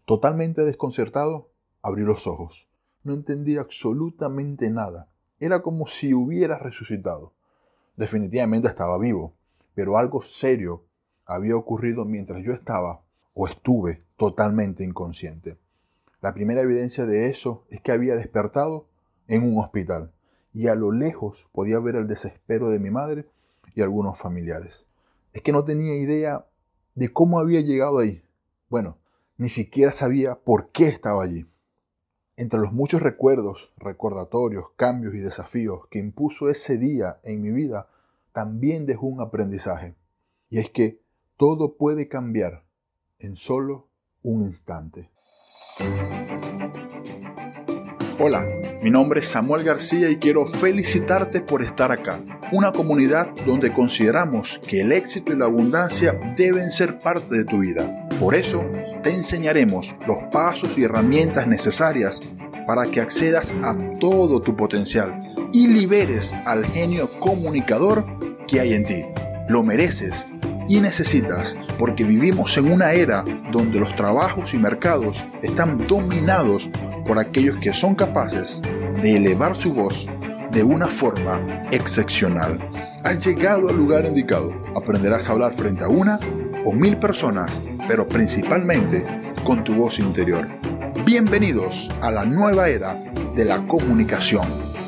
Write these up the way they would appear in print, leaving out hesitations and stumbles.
Totalmente desconcertado, abrí los ojos. No entendía absolutamente nada. Era como si hubiera resucitado. Definitivamente estaba vivo, pero algo serio había ocurrido mientras yo estaba o estuve totalmente inconsciente. La primera evidencia de eso es que había despertado en un hospital y a lo lejos podía ver el desespero de mi madre y algunos familiares. Es que no tenía idea de cómo había llegado ahí. Bueno, ni siquiera sabía por qué estaba allí. Entre los muchos recuerdos, recordatorios, cambios y desafíos que impuso ese día en mi vida, también dejó un aprendizaje. Y es que todo puede cambiar en solo un instante. Hola, mi nombre es Samuel García y quiero felicitarte por estar acá. Una comunidad donde consideramos que el éxito y la abundancia deben ser parte de tu vida. Por eso, te enseñaremos los pasos y herramientas necesarias para que accedas a todo tu potencial y liberes al genio comunicador que hay en ti. Lo mereces y necesitas, porque vivimos en una era donde los trabajos y mercados están dominados por aquellos que son capaces de elevar su voz de una forma excepcional. Has llegado al lugar indicado. Aprenderás a hablar frente a 1 o 1000 personas, pero principalmente con tu voz interior. Bienvenidos a la nueva era de la comunicación.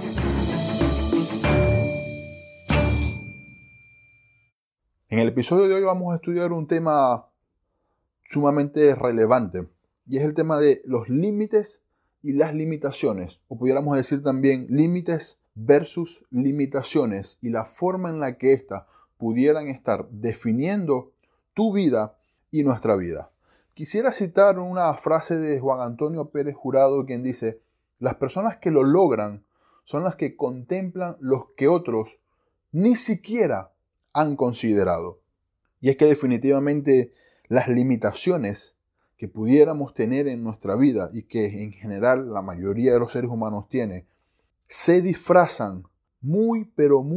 En el episodio de hoy vamos a estudiar un tema sumamente relevante y es el tema de los límites y las limitaciones, o pudiéramos decir también límites versus limitaciones y la forma en la que éstas pudieran estar definiendo tu vida y nuestra vida. Quisiera citar una frase de Juan Antonio Pérez Jurado, quien dice: las personas que lo logran son las que contemplan los que otros ni siquiera han considerado. Y es que definitivamente las limitaciones que pudiéramos tener en nuestra vida y que en general la mayoría de los seres humanos tiene, se disfrazan muy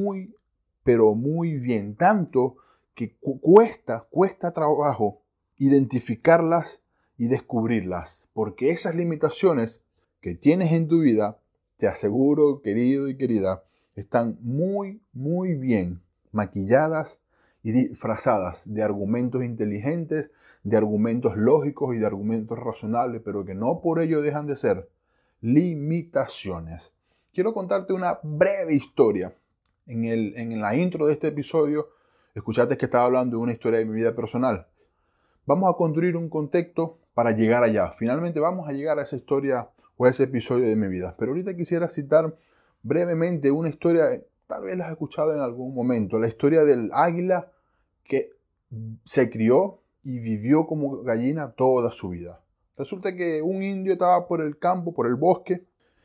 bien, tanto que cuesta trabajo identificarlas y descubrirlas, porque esas limitaciones que tienes en tu vida, te aseguro, querido y querida, están muy bien maquilladas y disfrazadas de argumentos inteligentes, de argumentos lógicos y de argumentos razonables, pero que no por ello dejan de ser limitaciones. Quiero contarte una breve historia. En la intro de este episodio, escuchaste que estaba hablando de una historia de mi vida personal. Vamos a construir un contexto para llegar allá. Finalmente vamos a llegar a esa historia o a ese episodio de mi vida. Pero ahorita quisiera citar brevemente una historia, tal vez la has escuchado en algún momento, la historia del águila que se crió y vivió como gallina toda su vida. Resulta que un indio estaba por el campo, por el bosque,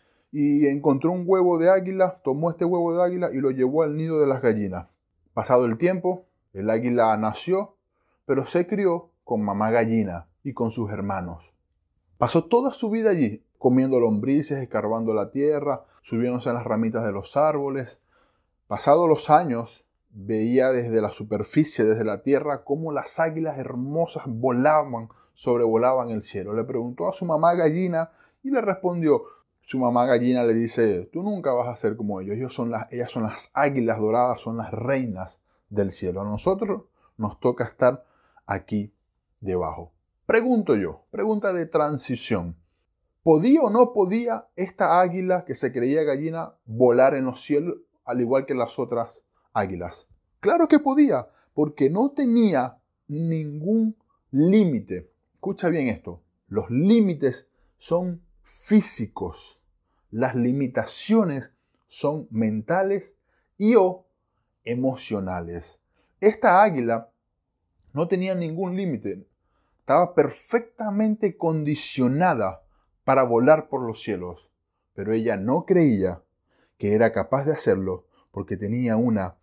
y encontró un huevo de águila, tomó este huevo de águila y lo llevó al nido de las gallinas. Pasado el tiempo, el águila nació, pero se crió con mamá gallina y con sus hermanos. Pasó toda su vida allí, comiendo lombrices, escarbando la tierra, subiéndose a las ramitas de los árboles. Pasados los años, veía desde la superficie, desde la tierra, cómo las águilas hermosas sobrevolaban el cielo. Le preguntó a su mamá gallina y le respondió. Su mamá gallina le dice: tú nunca vas a ser como ellos. Ellas son las águilas doradas, son las reinas del cielo. A nosotros nos toca estar aquí debajo. Pregunto yo, pregunta de transición. ¿Podía o no podía esta águila que se creía gallina volar en los cielos al igual que las otras águilas? Claro que podía, porque no tenía ningún límite. Escucha bien esto. Los límites son físicos. Las limitaciones son mentales y o emocionales. Esta águila no tenía ningún límite. Estaba perfectamente condicionada para volar por los cielos, pero ella no creía que era capaz de hacerlo porque tenía una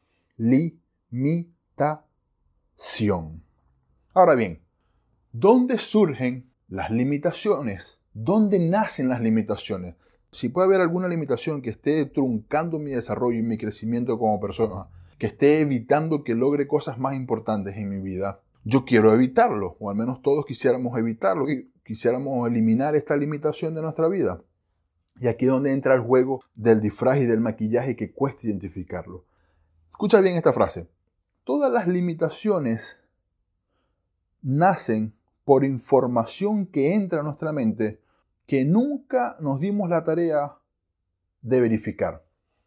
limitación. Ahora bien, ¿dónde surgen las limitaciones? ¿Dónde nacen las limitaciones? Si puede haber alguna limitación que esté truncando mi desarrollo y mi crecimiento como persona, que esté evitando que logre cosas más importantes en mi vida, yo quiero evitarlo, o al menos todos quisiéramos evitarlo. Y quisiéramos eliminar esta limitación de nuestra vida. Y aquí es donde entra el juego del disfraz y del maquillaje que cuesta identificarlo. Escucha bien esta frase. Todas las limitaciones nacen por información que entra a nuestra mente que nunca nos dimos la tarea de verificar.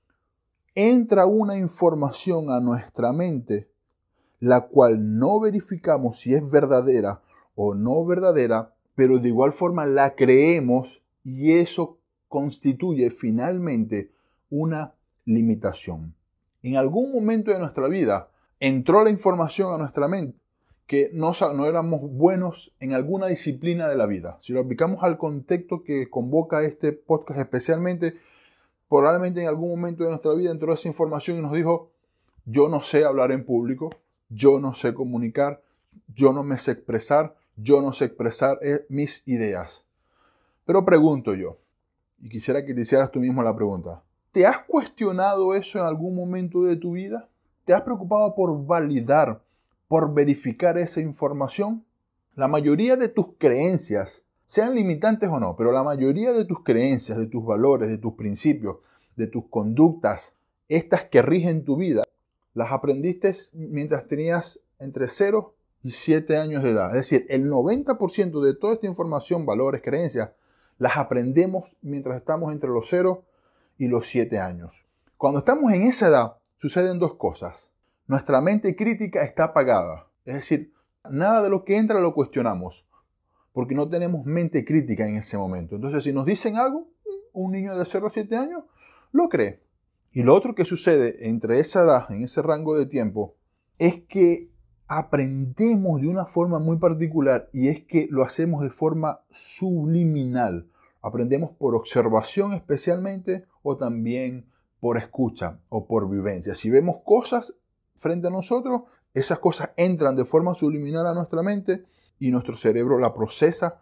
Entra una información a nuestra mente la cual no verificamos si es verdadera o no verdadera, pero de igual forma la creemos y eso constituye finalmente una limitación. En algún momento de nuestra vida entró la información a nuestra mente que no éramos buenos en alguna disciplina de la vida. Si lo aplicamos al contexto que convoca este podcast especialmente, probablemente en algún momento de nuestra vida entró esa información y nos dijo, yo no sé hablar en público, yo no sé comunicar, yo no me sé expresar, yo no sé expresar mis ideas. Pero pregunto yo, y quisiera que te hicieras tú mismo la pregunta, ¿te has cuestionado eso en algún momento de tu vida? ¿Te has preocupado por validar, por verificar esa información? La mayoría de tus creencias, sean limitantes o no, pero la mayoría de tus creencias, de tus valores, de tus principios, de tus conductas, estas que rigen tu vida, las aprendiste mientras tenías entre 0 y 7 años de edad. Es decir, el 90% de toda esta información, valores, creencias, las aprendemos mientras estamos entre los 0 y los 7 años. Cuando estamos en esa edad, suceden dos cosas. Nuestra mente crítica está apagada. Es decir, nada de lo que entra lo cuestionamos, porque no tenemos mente crítica en ese momento. Entonces, si nos dicen algo, un niño de 0 a 7 años lo cree. Y lo otro que sucede entre esa edad, en ese rango de tiempo, es que aprendemos de una forma muy particular y es que lo hacemos de forma subliminal. Aprendemos por observación especialmente o también por escucha o por vivencia. Si vemos cosas frente a nosotros, esas cosas entran de forma subliminal a nuestra mente y nuestro cerebro la procesa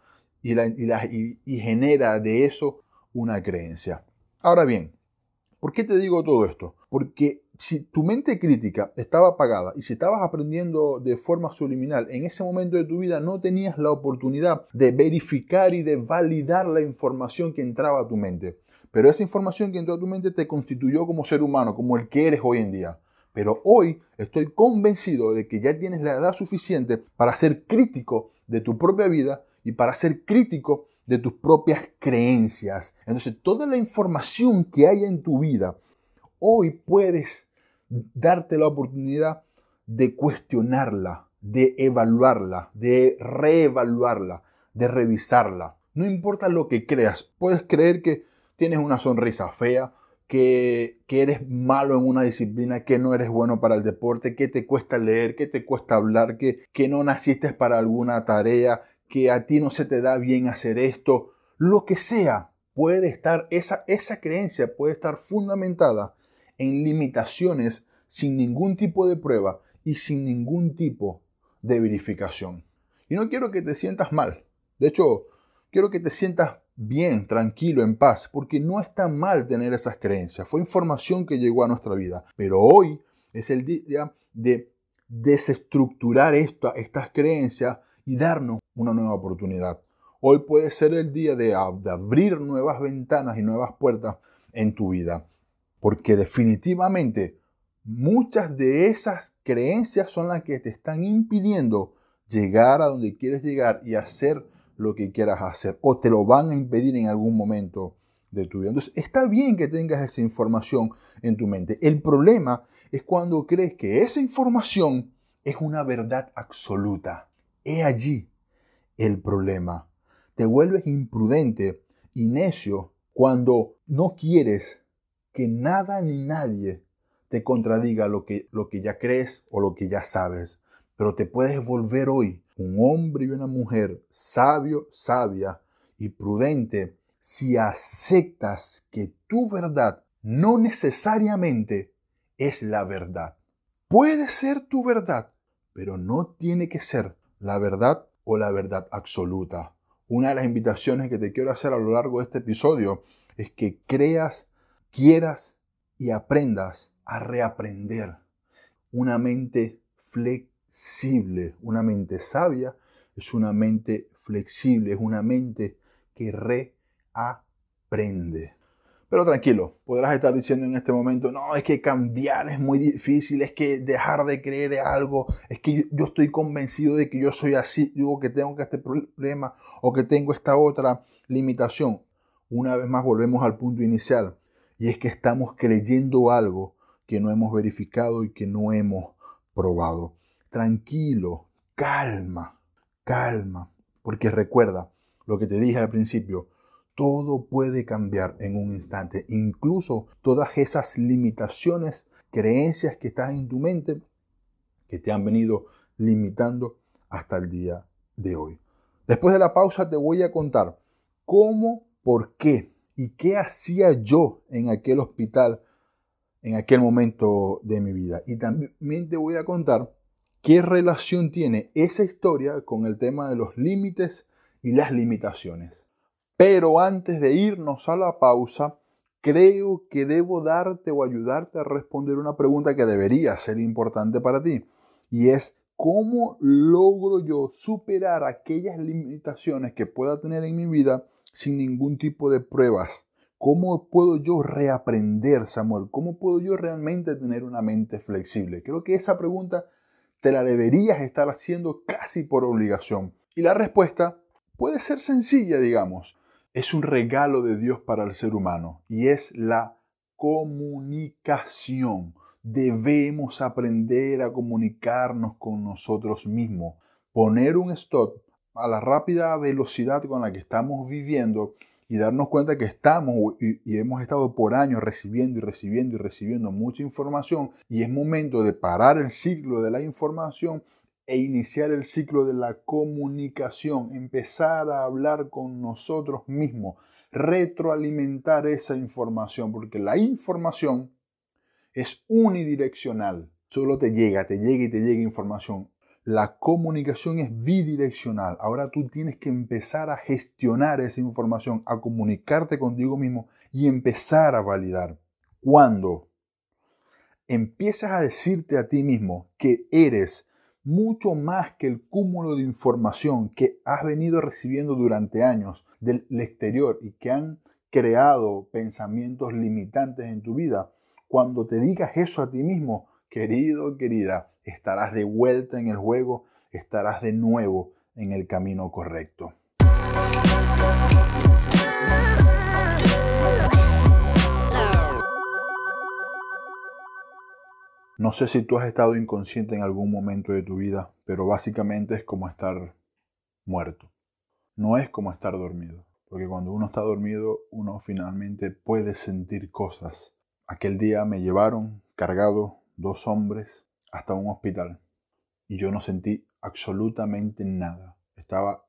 y genera de eso una creencia. Ahora bien, ¿por qué te digo todo esto? Porque si tu mente crítica estaba apagada y si estabas aprendiendo de forma subliminal, en ese momento de tu vida no tenías la oportunidad de verificar y de validar la información que entraba a tu mente. Pero esa información que entró a tu mente te constituyó como ser humano, como el que eres hoy en día. Pero hoy estoy convencido de que ya tienes la edad suficiente para ser crítico de tu propia vida y para ser crítico de tus propias creencias. Entonces, toda la información que hay en tu vida, hoy puedes darte la oportunidad de cuestionarla, de evaluarla, de reevaluarla, de revisarla. No importa lo que creas, puedes creer que tienes una sonrisa fea, que eres malo en una disciplina, que no eres bueno para el deporte, que te cuesta leer, que te cuesta hablar, que no naciste para alguna tarea, que a ti no se te da bien hacer esto, lo que sea, puede estar, esa creencia puede estar fundamentada en limitaciones sin ningún tipo de prueba y sin ningún tipo de verificación. Y no quiero que te sientas mal. De hecho, quiero que te sientas bien, tranquilo, en paz, porque no está mal tener esas creencias. Fue información que llegó a nuestra vida. Pero hoy es el día de desestructurar estas creencias y darnos una nueva oportunidad. Hoy puede ser el día de abrir nuevas ventanas y nuevas puertas en tu vida. Porque definitivamente muchas de esas creencias son las que te están impidiendo llegar a donde quieres llegar y hacer lo que quieras hacer. O te lo van a impedir en algún momento de tu vida. Entonces, está bien que tengas esa información en tu mente. El problema es cuando crees que esa información es una verdad absoluta. He allí el problema. Te vuelves imprudente y necio cuando no quieres que nada ni nadie te contradiga lo que ya crees o lo que ya sabes. Pero te puedes volver hoy un hombre y una mujer sabio, sabia y prudente si aceptas que tu verdad no necesariamente es la verdad. Puede ser tu verdad, pero no tiene que ser la verdad o la verdad absoluta. Una de las invitaciones que te quiero hacer a lo largo de este episodio es que creas, quieras y aprendas a reaprender una mente flexible. Una mente sabia es una mente flexible, es una mente que reaprende. Pero tranquilo, podrás estar diciendo en este momento, no, es que cambiar es muy difícil, es que dejar de creer en algo, es que yo estoy convencido de que yo soy así, digo que tengo este problema o que tengo esta otra limitación. Una vez más volvemos al punto inicial, y es que estamos creyendo algo que no hemos verificado y que no hemos probado. Tranquilo, calma, porque recuerda lo que te dije al principio, todo puede cambiar en un instante, incluso todas esas limitaciones, creencias que están en tu mente que te han venido limitando hasta el día de hoy. Después de la pausa te voy a contar cómo, por qué y qué hacía yo en aquel hospital en aquel momento de mi vida. Y también te voy a contar qué relación tiene esa historia con el tema de los límites y las limitaciones. Pero antes de irnos a la pausa, creo que debo darte o ayudarte a responder una pregunta que debería ser importante para ti. Y es, ¿cómo logro yo superar aquellas limitaciones que pueda tener en mi vida sin ningún tipo de pruebas? ¿Cómo puedo yo reaprender, Samuel? ¿Cómo puedo yo realmente tener una mente flexible? Creo que esa pregunta te la deberías estar haciendo casi por obligación. Y la respuesta puede ser sencilla, digamos. Es un regalo de Dios para el ser humano y es la comunicación. Debemos aprender a comunicarnos con nosotros mismos. Poner un stop a la rápida velocidad con la que estamos viviendo y darnos cuenta que estamos y hemos estado por años recibiendo mucha información, y es momento de parar el ciclo de la información e iniciar el ciclo de la comunicación, empezar a hablar con nosotros mismos, retroalimentar esa información, porque la información es unidireccional, solo te llega información. La comunicación es bidireccional. Ahora tú tienes que empezar a gestionar esa información, a comunicarte contigo mismo y empezar a validar. Cuando empiezas a decirte a ti mismo que eres mucho más que el cúmulo de información que has venido recibiendo durante años del exterior y que han creado pensamientos limitantes en tu vida, cuando te digas eso a ti mismo, querido, querida, estarás de vuelta en el juego, estarás de nuevo en el camino correcto. No sé si tú has estado inconsciente en algún momento de tu vida, pero básicamente es como estar muerto. No es como estar dormido, porque cuando uno está dormido, uno finalmente puede sentir cosas. Aquel día me llevaron cargado 2 hombres hasta un hospital y yo no sentí absolutamente nada. Estaba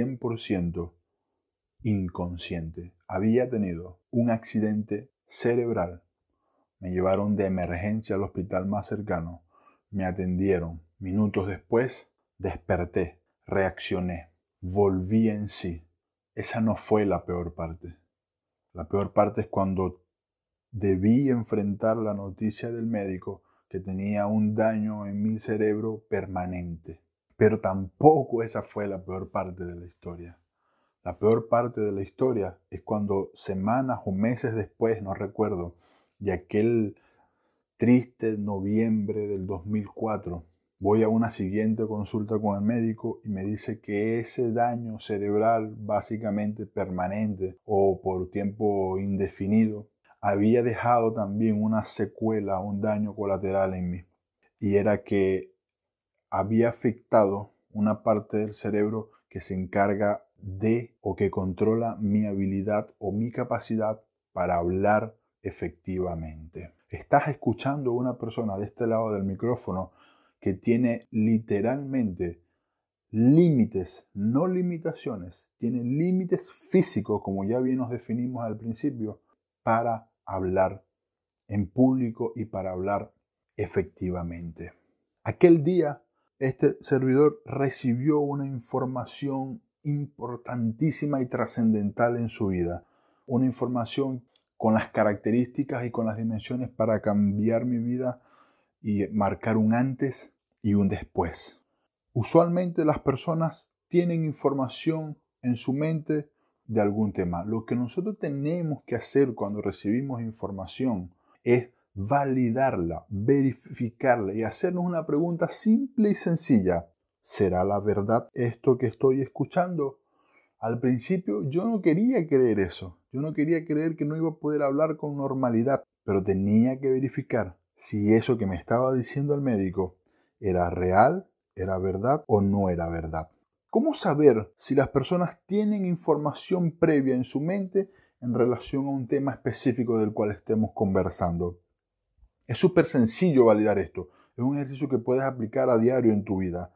100% inconsciente. Había tenido un accidente cerebral. Me llevaron de emergencia al hospital más cercano. Me atendieron. Minutos después, desperté, reaccioné, volví en sí. Esa no fue la peor parte. La peor parte es cuando debí enfrentar la noticia del médico que tenía un daño en mi cerebro permanente. Pero tampoco esa fue la peor parte de la historia. La peor parte de la historia es cuando semanas o meses después, no recuerdo, de aquel triste noviembre del 2004, voy a una siguiente consulta con el médico y me dice que ese daño cerebral básicamente permanente o por tiempo indefinido había dejado también una secuela, un daño colateral en mí. Y era que había afectado una parte del cerebro que se encarga de o que controla mi habilidad o mi capacidad para hablar efectivamente. Estás escuchando a una persona de este lado del micrófono que tiene literalmente límites, no limitaciones, tiene límites físicos, como ya bien nos definimos al principio, para hablar en público y para hablar efectivamente. Aquel día, este servidor recibió una información importantísima y trascendental en su vida. Una información con las características y con las dimensiones para cambiar mi vida y marcar un antes y un después. Usualmente las personas tienen información en su mente de algún tema. Lo que nosotros tenemos que hacer cuando recibimos información es validarla, verificarla y hacernos una pregunta simple y sencilla. ¿Será la verdad esto que estoy escuchando? Al principio yo no quería creer eso. Yo no quería creer que no iba a poder hablar con normalidad, pero tenía que verificar si eso que me estaba diciendo el médico era real, era verdad o no era verdad. ¿Cómo saber si las personas tienen información previa en su mente en relación a un tema específico del cual estemos conversando? Es súper sencillo validar esto. Es un ejercicio que puedes aplicar a diario en tu vida.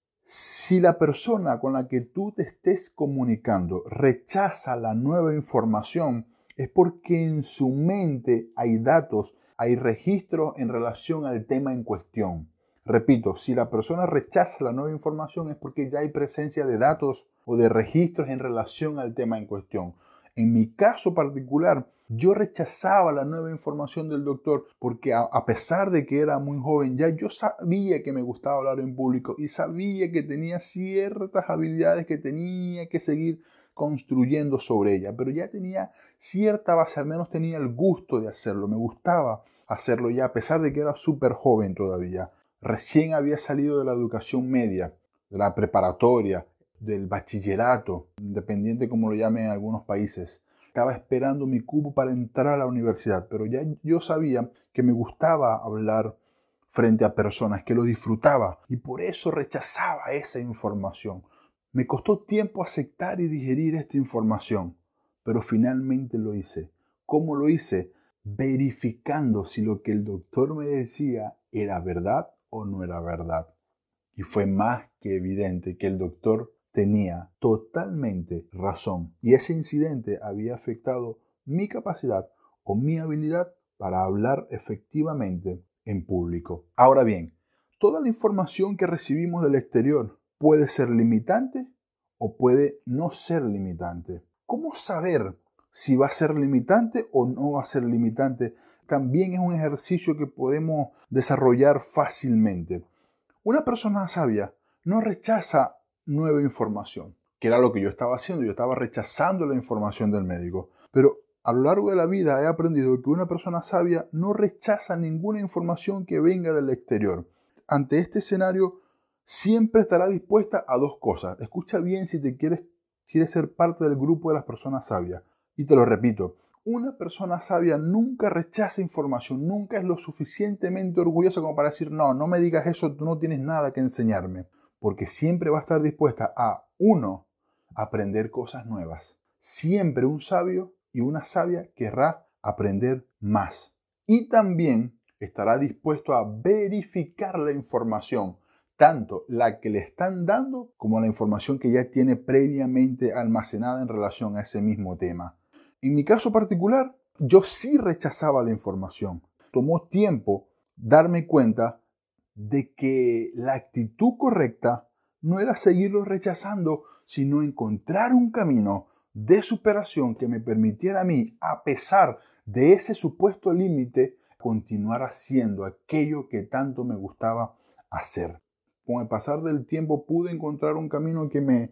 Si la persona con la que tú te estés comunicando rechaza la nueva información, es porque en su mente hay datos, hay registros en relación al tema en cuestión. Repito, si la persona rechaza la nueva información es porque ya hay presencia de datos o de registros en relación al tema en cuestión. En mi caso particular, yo rechazaba la nueva información del doctor porque a pesar de que era muy joven, ya yo sabía que me gustaba hablar en público y sabía que tenía ciertas habilidades que tenía que seguir construyendo sobre ella, pero ya tenía cierta base, al menos tenía el gusto de hacerlo, me gustaba hacerlo ya a pesar de que era súper joven todavía. Recién había salido de la educación media, de la preparatoria, del bachillerato, independiente como lo llamen en algunos países. Estaba esperando mi cupo para entrar a la universidad, pero ya yo sabía que me gustaba hablar frente a personas, que lo disfrutaba y por eso rechazaba esa información. Me costó tiempo aceptar y digerir esta información, pero finalmente lo hice. ¿Cómo lo hice? Verificando si lo que el doctor me decía era verdad o no era verdad. Y fue más que evidente que el doctor tenía totalmente razón y ese incidente había afectado mi capacidad o mi habilidad para hablar efectivamente en público. Ahora bien, toda la información que recibimos del exterior puede ser limitante o puede no ser limitante. ¿Cómo saber si va a ser limitante o no va a ser limitante? También es un ejercicio que podemos desarrollar fácilmente. Una persona sabia no rechaza nueva información, que era lo que yo estaba haciendo. Yo estaba rechazando la información del médico. Pero a lo largo de la vida he aprendido que una persona sabia no rechaza ninguna información que venga del exterior. Ante este escenario, siempre estará dispuesta a dos cosas. Escucha bien si te quieres ser parte del grupo de las personas sabias. Y te lo repito, una persona sabia nunca rechaza información, nunca es lo suficientemente orgullosa como para decir, no me digas eso, tú no tienes nada que enseñarme. Porque siempre va a estar dispuesta a, uno, aprender cosas nuevas. Siempre un sabio y una sabia querrá aprender más. Y también estará dispuesto a verificar la información, tanto la que le están dando como la información que ya tiene previamente almacenada en relación a ese mismo tema. En mi caso particular, yo sí rechazaba la información. Tomó tiempo darme cuenta de que la actitud correcta no era seguirlo rechazando, sino encontrar un camino de superación que me permitiera a mí, a pesar de ese supuesto límite, continuar haciendo aquello que tanto me gustaba hacer. Con el pasar del tiempo pude encontrar un camino que me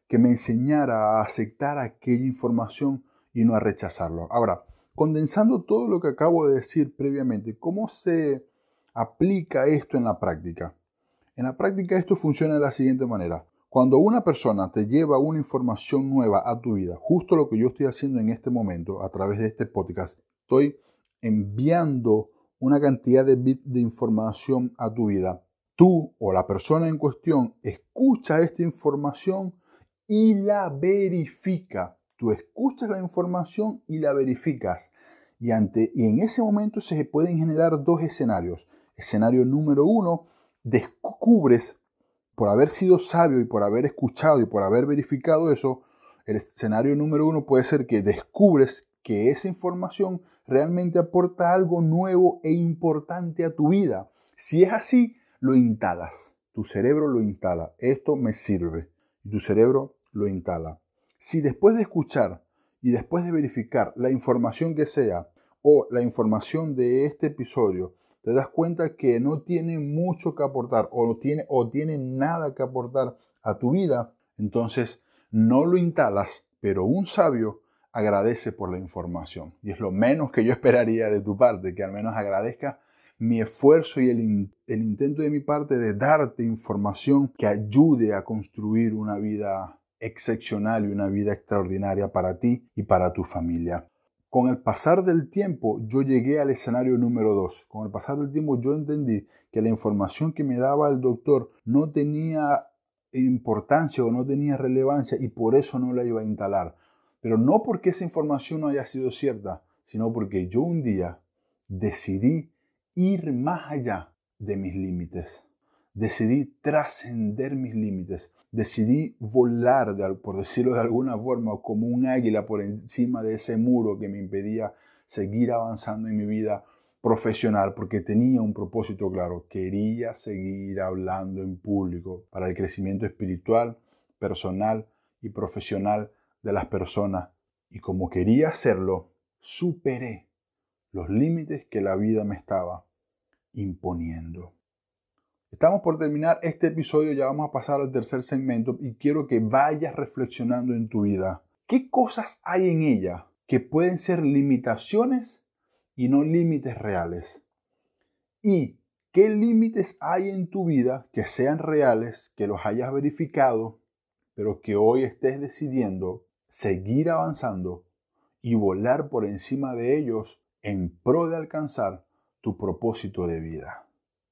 enseñara a aceptar aquella información y no a rechazarlo. Ahora, condensando todo lo que acabo de decir previamente, ¿cómo se aplica esto en la práctica? En la práctica esto funciona de la siguiente manera. Cuando una persona te lleva una información nueva a tu vida, justo lo que yo estoy haciendo en este momento a través de este podcast, estoy enviando una cantidad de bits de información a tu vida. Tú o la persona en cuestión escucha esta información y la verifica. Tú escuchas la información y la verificas. Y en ese momento se pueden generar dos escenarios. Escenario número uno, descubres, por haber sido sabio y por haber escuchado y por haber verificado eso, el escenario número uno puede ser que descubres que esa información realmente aporta algo nuevo e importante a tu vida. Si es así, lo instalas. Tu cerebro lo instala. Esto me sirve. Y tu cerebro lo instala. Si después de escuchar y después de verificar la información que sea o la información de este episodio, te das cuenta que no tiene mucho que aportar o tiene nada que aportar a tu vida, Entonces, no lo instalas, pero un sabio agradece por la información. Y es lo menos que yo esperaría de tu parte, que al menos agradezcas mi esfuerzo y el intento de mi parte de darte información que ayude a construir una vida excepcional y una vida extraordinaria para ti y para tu familia. Con el pasar del tiempo, yo llegué al escenario número 2. Con el pasar del tiempo, yo entendí que la información que me daba el doctor no tenía importancia o no tenía relevancia y por eso no la iba a instalar. Pero no porque esa información no haya sido cierta, sino porque yo un día decidí ir más allá de mis límites. Decidí trascender mis límites. Decidí volar, por decirlo de alguna forma, como un águila por encima de ese muro que me impedía seguir avanzando en mi vida profesional, porque tenía un propósito claro. Quería seguir hablando en público para el crecimiento espiritual, personal y profesional de las personas. Y como quería hacerlo, superé los límites que la vida me estaba imponiendo. Estamos por terminar este episodio, ya vamos a pasar al tercer segmento y quiero que vayas reflexionando en tu vida. ¿Qué cosas hay en ella que pueden ser limitaciones y no límites reales? ¿Y qué límites hay en tu vida que sean reales, que los hayas verificado, pero que hoy estés decidiendo seguir avanzando y volar por encima de ellos en pro de alcanzar tu propósito de vida?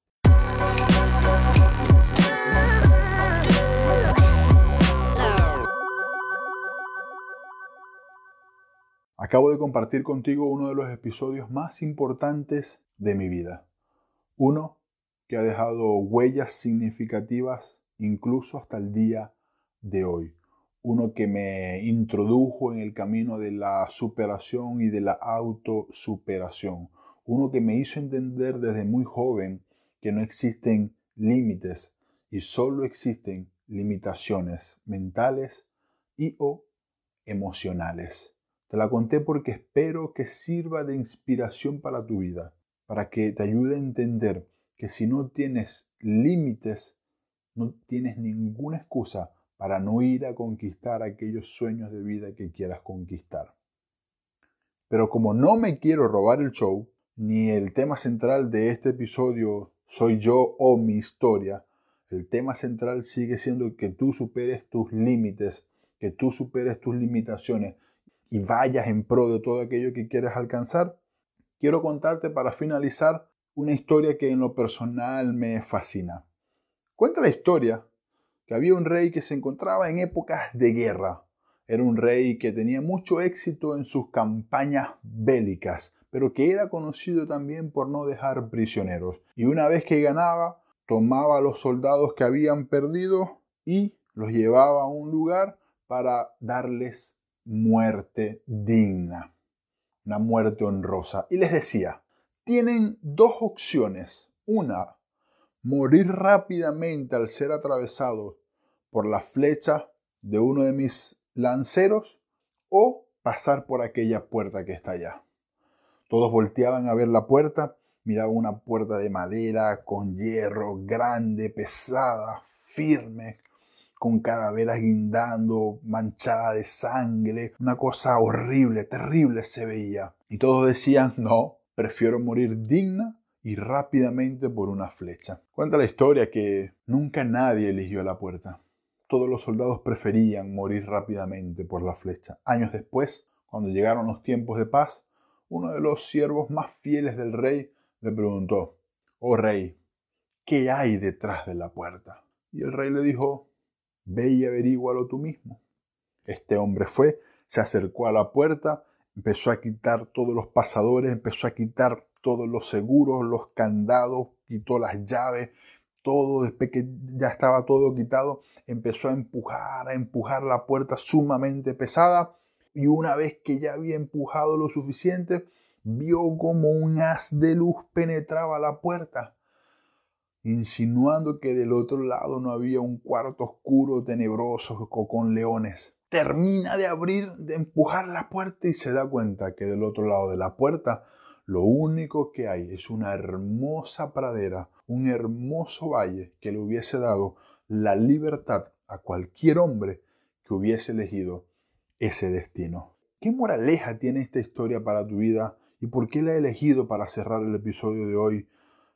Acabo de compartir contigo uno de los episodios más importantes de mi vida. Uno que ha dejado huellas significativas incluso hasta el día de hoy. Uno que me introdujo en el camino de la superación y de la autosuperación. Uno que me hizo entender desde muy joven que no existen límites y solo existen limitaciones mentales y o emocionales. Te la conté porque espero que sirva de inspiración para tu vida, para que te ayude a entender que si no tienes límites, no tienes ninguna excusa para no ir a conquistar aquellos sueños de vida que quieras conquistar. Pero como no me quiero robar el show, ni el tema central de este episodio soy yo o mi historia, el tema central sigue siendo que tú superes tus límites, que tú superes tus limitaciones y vayas en pro de todo aquello que quieres alcanzar. Quiero contarte para finalizar una historia que en lo personal me fascina. Cuenta la historia que había un rey que se encontraba en épocas de guerra. Era un rey que tenía mucho éxito en sus campañas bélicas, pero que era conocido también por no dejar prisioneros. Y una vez que ganaba, tomaba a los soldados que habían perdido y los llevaba a un lugar para darles muerte digna, una muerte honrosa. Y les decía, tienen dos opciones. Una, morir rápidamente al ser atravesado por la flecha de uno de mis lanceros o pasar por aquella puerta que está allá. Todos volteaban a ver la puerta, miraban una puerta de madera, con hierro, grande, pesada, firme, con calaveras guindando, manchada de sangre, una cosa horrible, terrible se veía. Y todos decían, no, prefiero morir digna y rápidamente por una flecha. Cuenta la historia que nunca nadie eligió la puerta. Todos los soldados preferían morir rápidamente por la flecha. Años después, cuando llegaron los tiempos de paz, uno de los siervos más fieles del rey le preguntó, «Oh rey, ¿qué hay detrás de la puerta?» Y el rey le dijo, «Ve y averígualo tú mismo». Este hombre fue, se acercó a la puerta, empezó a quitar todos los pasadores, empezó a quitar todos los seguros, los candados, quitó las llaves, todo, después que ya estaba todo quitado, empezó a empujar la puerta sumamente pesada y una vez que ya había empujado lo suficiente, vio como un haz de luz penetraba la puerta, insinuando que del otro lado no había un cuarto oscuro, tenebroso, con leones. Termina de empujar la puerta y se da cuenta que del otro lado de la puerta lo único que hay es una hermosa pradera, un hermoso valle que le hubiese dado la libertad a cualquier hombre que hubiese elegido ese destino. ¿Qué moraleja tiene esta historia para tu vida y por qué la he elegido para cerrar el episodio de hoy?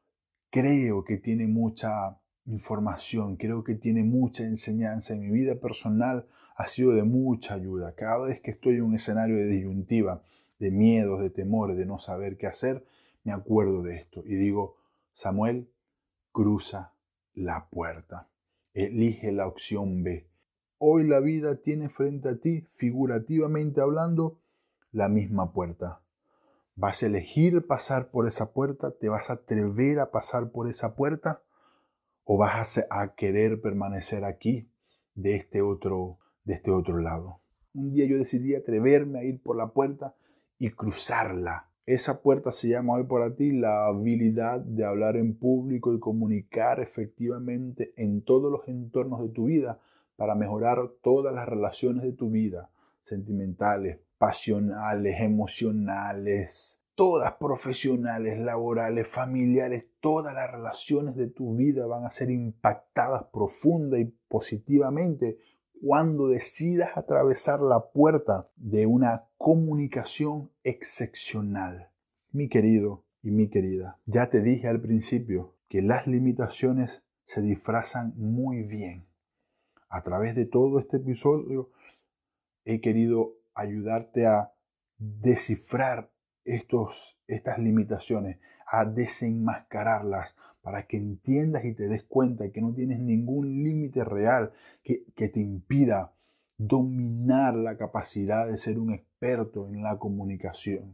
Creo que tiene mucha información, creo que tiene mucha enseñanza. En mi vida personal ha sido de mucha ayuda. Cada vez que estoy en un escenario de disyuntiva, de miedos, de temores, de no saber qué hacer, me acuerdo de esto y digo, Samuel, cruza la puerta. Elige la opción B. Hoy la vida tiene frente a ti, figurativamente hablando, la misma puerta. ¿Vas a elegir pasar por esa puerta? ¿Te vas a atrever a pasar por esa puerta? ¿O vas a querer permanecer aquí, de este otro lado? Un día yo decidí atreverme a ir por la puerta y cruzarla. Esa puerta se llama hoy para ti la habilidad de hablar en público y comunicar efectivamente en todos los entornos de tu vida para mejorar todas las relaciones de tu vida, sentimentales, pasionales, emocionales, todas profesionales, laborales, familiares, todas las relaciones de tu vida van a ser impactadas profunda y positivamente cuando decidas atravesar la puerta de una comunicación excepcional. Mi querido y mi querida, ya te dije al principio que las limitaciones se disfrazan muy bien. A través de todo este episodio he querido ayudarte a descifrar estas limitaciones, a desenmascararlas para que entiendas y te des cuenta que no tienes ningún límite real que te impida dominar la capacidad de ser un experto en la comunicación.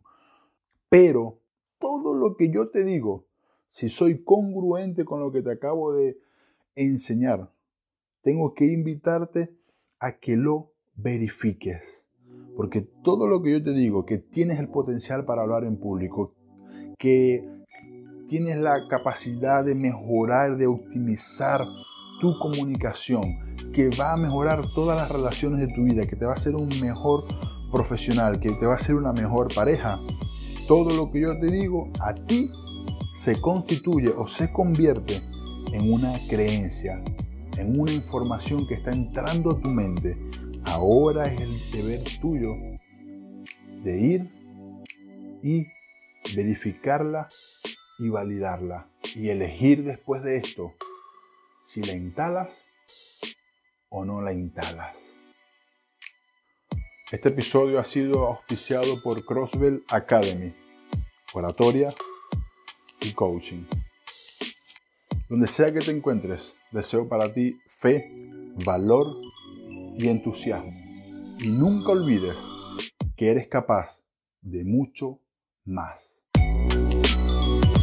Pero todo lo que yo te digo, si soy congruente con lo que te acabo de enseñar, tengo que invitarte a que lo verifiques. Porque todo lo que yo te digo, que tienes el potencial para hablar en público, que tienes la capacidad de mejorar, de optimizar tu comunicación, que va a mejorar todas las relaciones de tu vida, que te va a hacer un mejor profesional, que te va a hacer una mejor pareja, todo lo que yo te digo a ti se constituye o se convierte en una creencia, en una información que está entrando a tu mente. Ahora es el deber tuyo de ir y verificarla y validarla y elegir después de esto si la instalas o no la instalas. Este episodio ha sido auspiciado por Crossbell Academy, oratoria y coaching. Donde sea que te encuentres, deseo para ti fe, valor y entusiasmo. Y nunca olvides que eres capaz de mucho más.